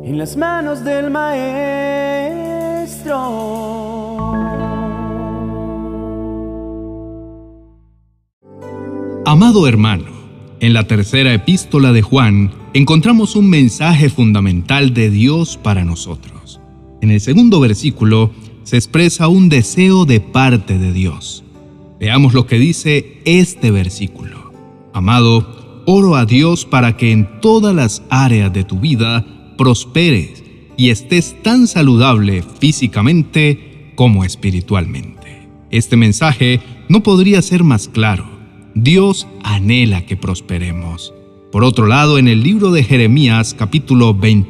en las manos del Maestro. Amado hermano, en la tercera epístola de Juan encontramos un mensaje fundamental de Dios para nosotros. En el segundo versículo se expresa un deseo de parte de Dios. Veamos lo que dice este versículo. Amado, oro a Dios para que en todas las áreas de tu vida prosperes y estés tan saludable físicamente como espiritualmente. Este mensaje no podría ser más claro. Dios anhela que prosperemos. Por otro lado, en el libro de Jeremías, capítulo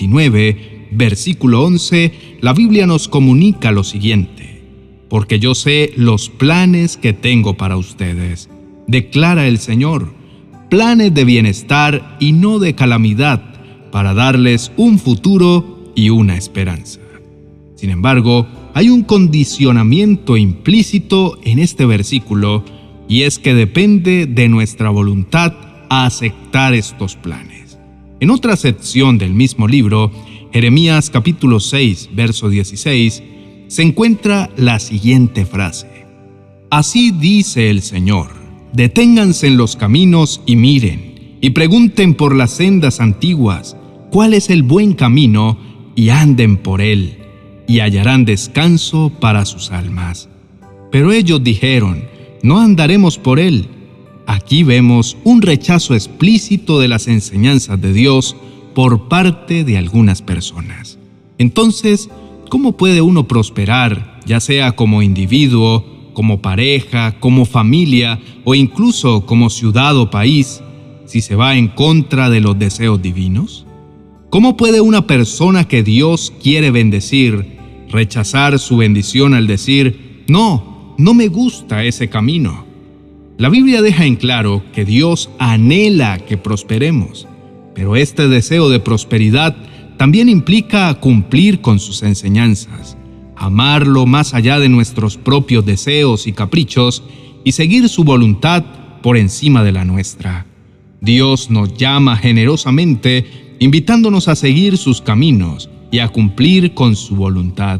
29, versículo 11, la Biblia nos comunica lo siguiente: porque yo sé los planes que tengo para ustedes, declara el Señor, planes de bienestar y no de calamidad, para darles un futuro y una esperanza. Sin embargo, hay un condicionamiento implícito en este versículo, y es que depende de nuestra voluntad a aceptar estos planes. En otra sección del mismo libro, Jeremías capítulo 6, verso 16, se encuentra la siguiente frase: Así dice el Señor, deténganse en los caminos y miren, y pregunten por las sendas antiguas, cuál es el buen camino, y anden por él, y hallarán descanso para sus almas. Pero ellos dijeron, no andaremos por él. Aquí vemos un rechazo explícito de las enseñanzas de Dios por parte de algunas personas. Entonces, ¿cómo puede uno prosperar, ya sea como individuo, como pareja, como familia o incluso como ciudad o país, si se va en contra de los deseos divinos? ¿Cómo puede una persona que Dios quiere bendecir rechazar su bendición al decir, no me gusta ese camino? La Biblia deja en claro que Dios anhela que prosperemos, pero este deseo de prosperidad también implica cumplir con sus enseñanzas, amarlo más allá de nuestros propios deseos y caprichos y seguir su voluntad por encima de la nuestra. Dios nos llama generosamente, invitándonos a seguir sus caminos y a cumplir con su voluntad.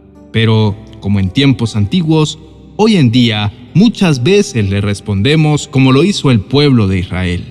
Pero, como en tiempos antiguos, hoy en día muchas veces le respondemos como lo hizo el pueblo de Israel: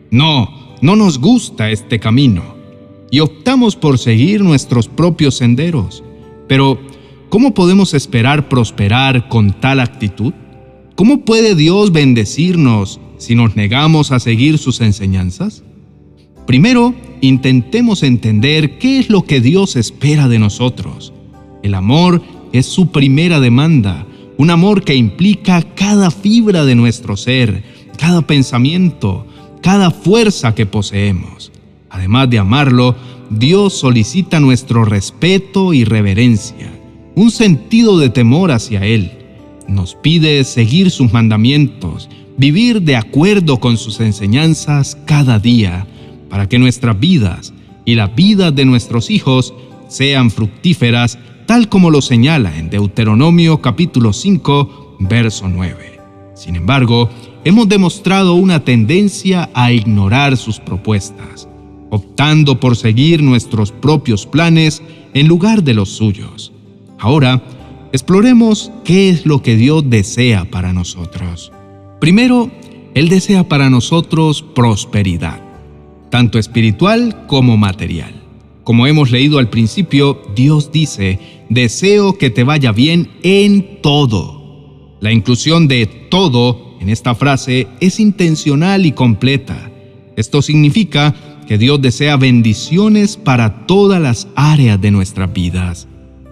no nos gusta este camino, y optamos por seguir nuestros propios senderos. Pero, ¿cómo podemos esperar prosperar con tal actitud? ¿Cómo puede Dios bendecirnos si nos negamos a seguir sus enseñanzas? Primero, intentemos entender qué es lo que Dios espera de nosotros. El amor es su primera demanda, un amor que implica cada fibra de nuestro ser, cada pensamiento, cada fuerza que poseemos. Además de amarlo, Dios solicita nuestro respeto y reverencia, un sentido de temor hacia Él. Nos pide seguir sus mandamientos, vivir de acuerdo con sus enseñanzas cada día, para que nuestras vidas y las vidas de nuestros hijos sean fructíferas, tal como lo señala en Deuteronomio capítulo 5, verso 9. Sin embargo, hemos demostrado una tendencia a ignorar sus propuestas, optando por seguir nuestros propios planes en lugar de los suyos. Ahora, exploremos qué es lo que Dios desea para nosotros. Primero, Él desea para nosotros prosperidad, tanto espiritual como material. Como hemos leído al principio, Dios dice, deseo que te vaya bien en todo. La inclusión de todo en esta frase es intencional y completa. Esto significa que Dios desea bendiciones para todas las áreas de nuestras vidas.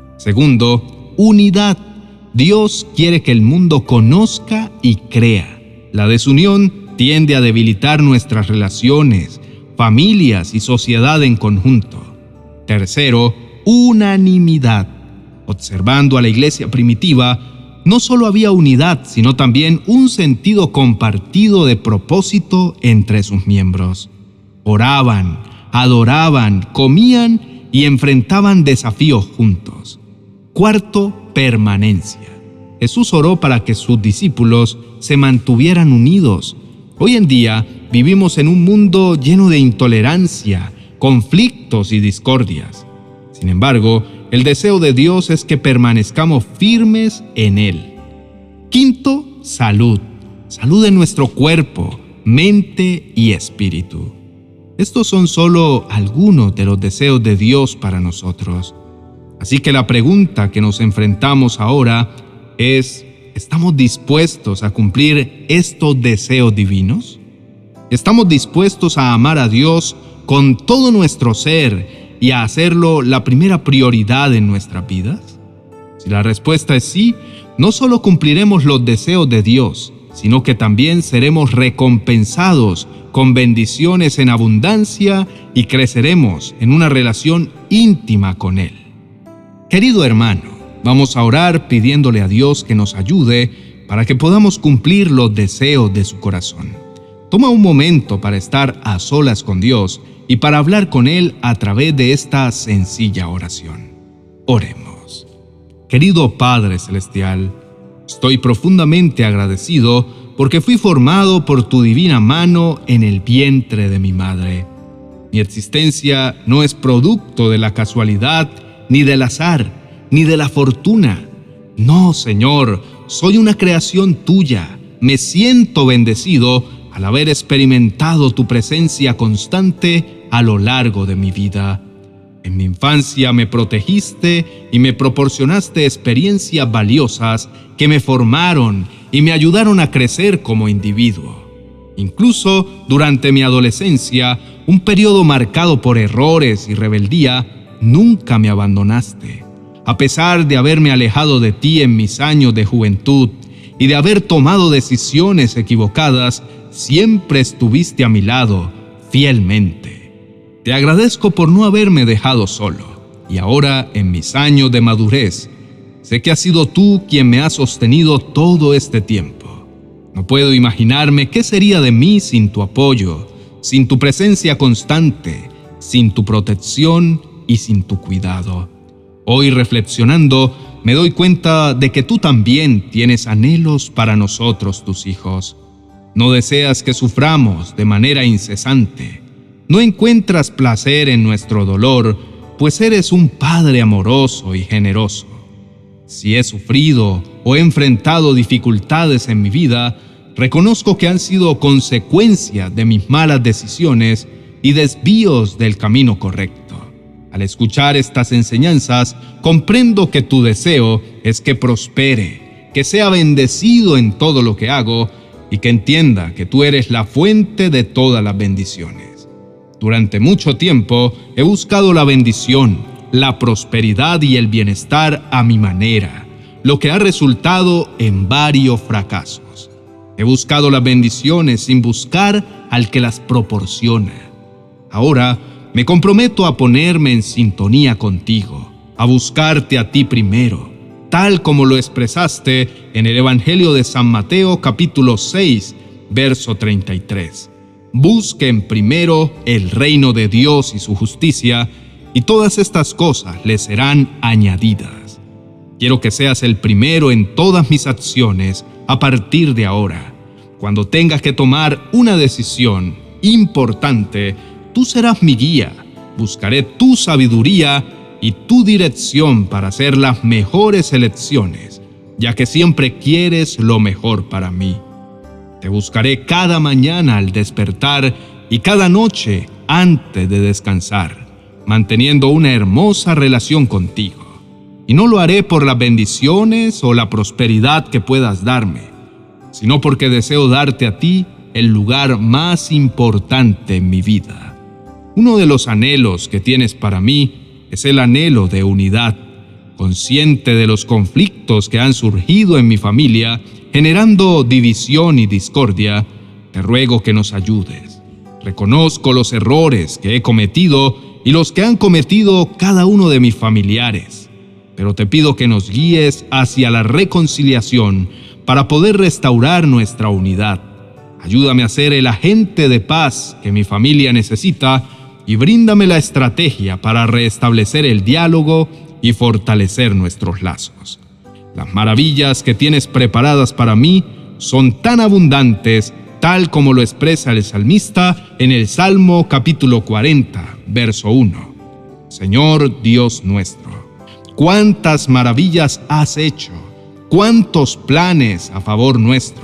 Segundo, unidad. Dios quiere que el mundo conozca y crea. La desunión tiende a debilitar nuestras relaciones, familias y sociedad en conjunto. Tercero, unanimidad. Observando a la iglesia primitiva, no solo había unidad, sino también un sentido compartido de propósito entre sus miembros. Oraban, adoraban, comían y enfrentaban desafíos juntos. Cuarto, permanencia. Jesús oró para que sus discípulos se mantuvieran unidos. Hoy en día vivimos en un mundo lleno de intolerancia, conflictos y discordias. Sin embargo, el deseo de Dios es que permanezcamos firmes en Él. Quinto, salud. Salud en nuestro cuerpo, mente y espíritu. Estos son solo algunos de los deseos de Dios para nosotros. Así que la pregunta que nos enfrentamos ahora es: ¿estamos dispuestos a cumplir estos deseos divinos? ¿Estamos dispuestos a amar a Dios con todo nuestro ser y a hacerlo la primera prioridad en nuestras vidas? Si la respuesta es sí, no solo cumpliremos los deseos de Dios, sino que también seremos recompensados con bendiciones en abundancia y creceremos en una relación íntima con Él. Querido hermano, vamos a orar pidiéndole a Dios que nos ayude para que podamos cumplir los deseos de su corazón. Toma un momento para estar a solas con Dios y para hablar con Él a través de esta sencilla oración. Oremos. Querido Padre Celestial, estoy profundamente agradecido porque fui formado por tu divina mano en el vientre de mi madre. Mi existencia no es producto de la casualidad, ni del azar, ni de la fortuna. No, Señor, soy una creación tuya. Me siento bendecido al haber experimentado tu presencia constante a lo largo de mi vida. En mi infancia me protegiste y me proporcionaste experiencias valiosas que me formaron y me ayudaron a crecer como individuo. Incluso durante mi adolescencia, un periodo marcado por errores y rebeldía, nunca me abandonaste. A pesar de haberme alejado de ti en mis años de juventud y de haber tomado decisiones equivocadas, siempre estuviste a mi lado, fielmente. Te agradezco por no haberme dejado solo, y ahora, en mis años de madurez, sé que has sido tú quien me ha sostenido todo este tiempo. No puedo imaginarme qué sería de mí sin tu apoyo, sin tu presencia constante, sin tu protección y sin tu cuidado. Hoy, reflexionando, me doy cuenta de que tú también tienes anhelos para nosotros, tus hijos. No deseas que suframos de manera incesante. No encuentras placer en nuestro dolor, pues eres un Padre amoroso y generoso. Si he sufrido o he enfrentado dificultades en mi vida, reconozco que han sido consecuencia de mis malas decisiones y desvíos del camino correcto. Al escuchar estas enseñanzas, comprendo que tu deseo es que prospere, que sea bendecido en todo lo que hago y que entienda que tú eres la fuente de todas las bendiciones. Durante mucho tiempo he buscado la bendición, la prosperidad y el bienestar a mi manera, lo que ha resultado en varios fracasos. He buscado las bendiciones sin buscar al que las proporciona. Ahora me comprometo a ponerme en sintonía contigo, a buscarte a ti primero, tal como lo expresaste en el Evangelio de San Mateo capítulo 6, verso 33. Busquen primero el reino de Dios y su justicia, y todas estas cosas les serán añadidas. Quiero que seas el primero en todas mis acciones a partir de ahora. Cuando tengas que tomar una decisión importante, tú serás mi guía. Buscaré tu sabiduría y tu dirección para hacer las mejores elecciones, ya que siempre quieres lo mejor para mí. Te buscaré cada mañana al despertar y cada noche antes de descansar, manteniendo una hermosa relación contigo. Y no lo haré por las bendiciones o la prosperidad que puedas darme, sino porque deseo darte a ti el lugar más importante en mi vida. Uno de los anhelos que tienes para mí es el anhelo de unidad. Consciente de los conflictos que han surgido en mi familia, generando división y discordia, te ruego que nos ayudes. Reconozco los errores que he cometido y los que han cometido cada uno de mis familiares, pero te pido que nos guíes hacia la reconciliación para poder restaurar nuestra unidad. Ayúdame a ser el agente de paz que mi familia necesita y bríndame la estrategia para restablecer el diálogo y fortalecer nuestros lazos. Las maravillas que tienes preparadas para mí son tan abundantes, tal como lo expresa el salmista en el Salmo capítulo 40, verso 1. Señor Dios nuestro, cuántas maravillas has hecho, cuántos planes a favor nuestro.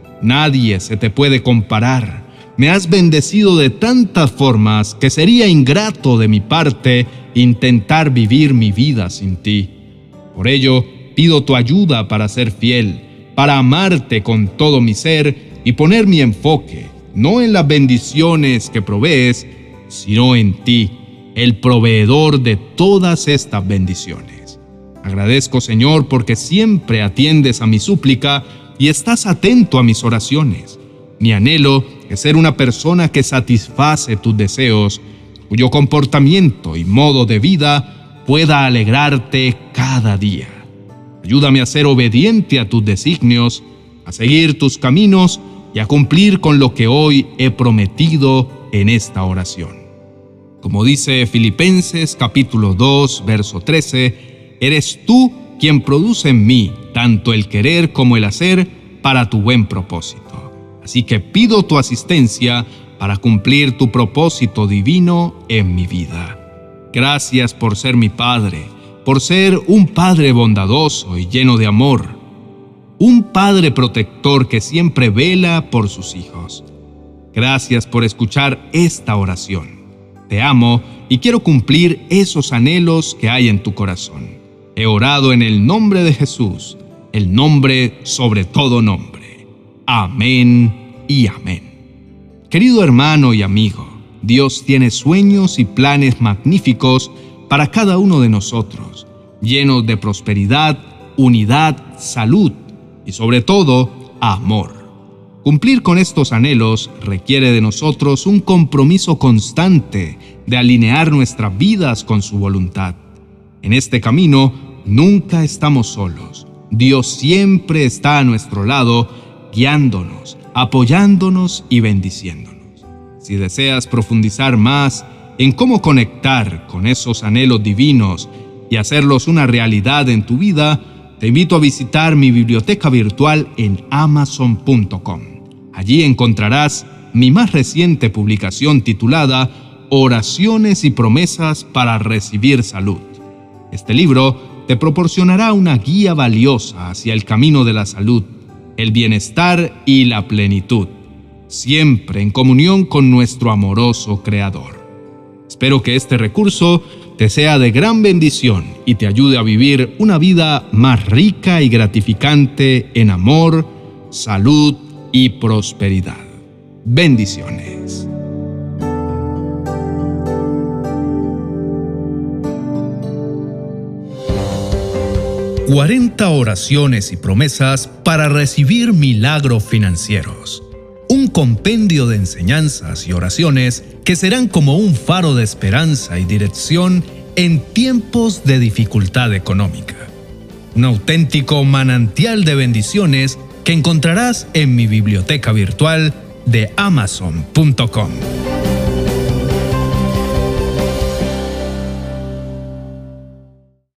Nadie se te puede comparar. Me has bendecido de tantas formas que sería ingrato de mi parte intentar vivir mi vida sin ti. Por ello, pido tu ayuda para ser fiel, para amarte con todo mi ser y poner mi enfoque, no en las bendiciones que provees, sino en ti, el proveedor de todas estas bendiciones. Agradezco, Señor, porque siempre atiendes a mi súplica y estás atento a mis oraciones. Mi anhelo es ser una persona que satisface tus deseos, cuyo comportamiento y modo de vida pueda alegrarte cada día. Ayúdame a ser obediente a tus designios, a seguir tus caminos y a cumplir con lo que hoy he prometido en esta oración. Como dice Filipenses capítulo 2, verso 13, eres tú quien produce en mí tanto el querer como el hacer para tu buen propósito. Así que pido tu asistencia para cumplir tu propósito divino en mi vida. Gracias por ser mi Padre, por ser un Padre bondadoso y lleno de amor, un Padre protector que siempre vela por sus hijos. Gracias por escuchar esta oración. Te amo y quiero cumplir esos anhelos que hay en tu corazón. He orado en el nombre de Jesús, el nombre sobre todo nombre. Amén y amén. Querido hermano y amigo, Dios tiene sueños y planes magníficos para cada uno de nosotros, llenos de prosperidad, unidad, salud y sobre todo, amor. Cumplir con estos anhelos requiere de nosotros un compromiso constante de alinear nuestras vidas con su voluntad. En este camino nunca estamos solos. Dios siempre está a nuestro lado, guiándonos, apoyándonos y bendiciéndonos. Si deseas profundizar más en cómo conectar con esos anhelos divinos y hacerlos una realidad en tu vida, te invito a visitar mi biblioteca virtual en Amazon.com. Allí encontrarás mi más reciente publicación titulada Oraciones y promesas para recibir salud. Este libro te proporcionará una guía valiosa hacia el camino de la salud, el bienestar y la plenitud, siempre en comunión con nuestro amoroso Creador. Espero que este recurso te sea de gran bendición y te ayude a vivir una vida más rica y gratificante en amor, salud y prosperidad. Bendiciones. «40 oraciones y promesas para recibir milagros financieros». Un compendio de enseñanzas y oraciones que serán como un faro de esperanza y dirección en tiempos de dificultad económica. Un auténtico manantial de bendiciones que encontrarás en mi biblioteca virtual de Amazon.com.